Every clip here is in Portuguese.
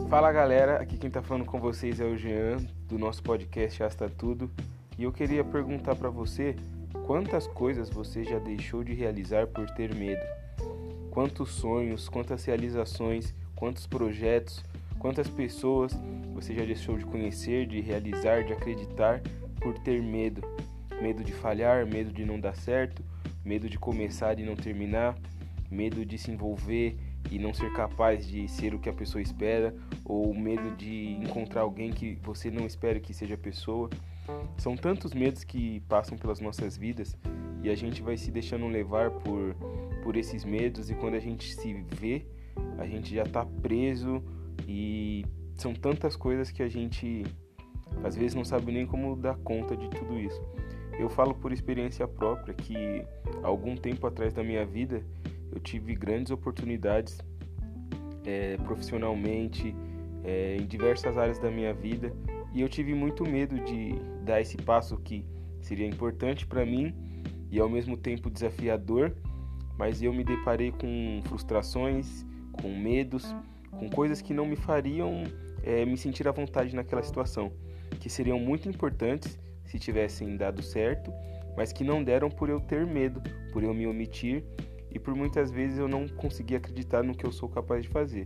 Fala galera, aqui quem tá falando com vocês é o Jean, do nosso podcast Asta Tudo. E eu queria perguntar pra você, quantas coisas você já deixou de realizar por ter medo? Quantos sonhos, quantas realizações, quantos projetos, quantas pessoas você já deixou de conhecer, de realizar, de acreditar por ter medo? Medo de falhar, medo de não dar certo, medo de começar e não terminar, medo de se envolver e não ser capaz de ser o que a pessoa espera, ou medo de encontrar alguém que você não espera que seja a pessoa. São tantos medos que passam pelas nossas vidas e a gente vai se deixando levar por esses medos, e quando a gente se vê, a gente já está preso, e são tantas coisas que a gente às vezes não sabe nem como dar conta de tudo isso. Eu falo por experiência própria que há algum tempo atrás da minha vida eu tive grandes oportunidades profissionalmente, em diversas áreas da minha vida, e eu tive muito medo de dar esse passo que seria importante para mim e ao mesmo tempo desafiador, mas eu me deparei com frustrações, com medos, com coisas que não me fariam me sentir à vontade naquela situação, que seriam muito importantes se tivessem dado certo, mas que não deram por eu ter medo, por eu me omitir e por muitas vezes eu não conseguir acreditar no que eu sou capaz de fazer.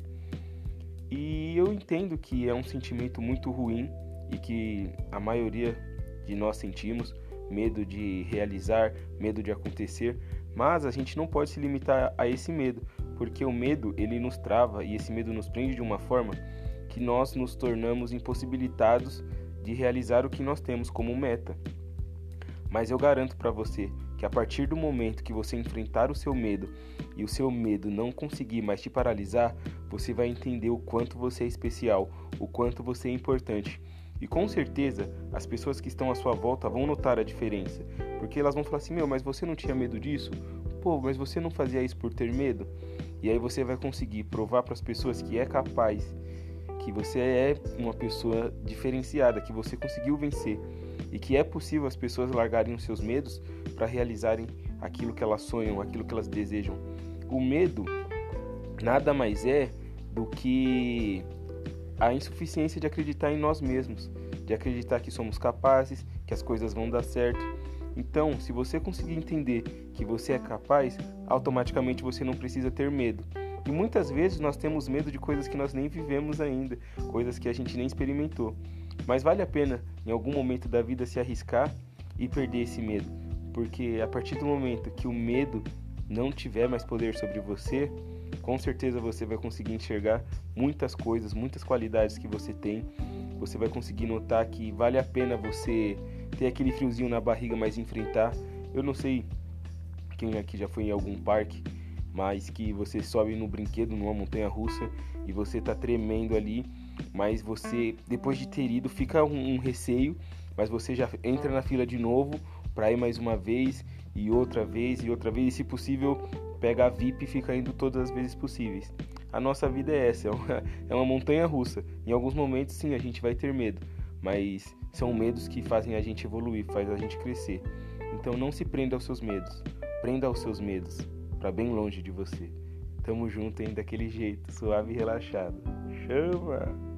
E eu entendo que é um sentimento muito ruim e que a maioria de nós sentimos, medo de realizar, medo de acontecer, mas a gente não pode se limitar a esse medo, porque o medo ele nos trava e esse medo nos prende de uma forma que nós nos tornamos impossibilitados de realizar o que nós temos como meta. Mas eu garanto para você que a partir do momento que você enfrentar o seu medo e o seu medo não conseguir mais te paralisar, você vai entender o quanto você é especial, o quanto você é importante. E com certeza as pessoas que estão à sua volta vão notar a diferença, porque elas vão falar assim: mas você não tinha medo disso? Mas você não fazia isso por ter medo? E aí você vai conseguir provar para as pessoas que é capaz, que você é uma pessoa diferenciada, que você conseguiu vencer e que é possível as pessoas largarem os seus medos para realizarem aquilo que elas sonham, aquilo que elas desejam. O medo nada mais é do que a insuficiência de acreditar em nós mesmos, de acreditar que somos capazes, que as coisas vão dar certo. Então, se você conseguir entender que você é capaz, automaticamente você não precisa ter medo. E muitas vezes nós temos medo de coisas que nós nem vivemos ainda, coisas que a gente nem experimentou. Mas vale a pena, em algum momento da vida, se arriscar e perder esse medo. Porque a partir do momento que o medo não tiver mais poder sobre você, com certeza você vai conseguir enxergar muitas coisas, muitas qualidades que você tem. Você vai conseguir notar que vale a pena você ter aquele friozinho na barriga, mas enfrentar. Eu não sei quem aqui já foi em algum parque, mas que você sobe no brinquedo, numa montanha-russa, e você tá tremendo ali, mas você, depois de ter ido, fica um receio, mas você já entra na fila de novo para ir mais uma vez, e outra vez, e se possível, pega a VIP e fica indo todas as vezes possíveis. A nossa vida é essa, é uma montanha-russa. Em alguns momentos, sim, a gente vai ter medo, mas são medos que fazem a gente evoluir, faz a gente crescer. Então não se prenda aos seus medos, prenda aos seus medos, para bem longe de você. Tamo junto, hein, daquele jeito, suave e relaxado. Chama!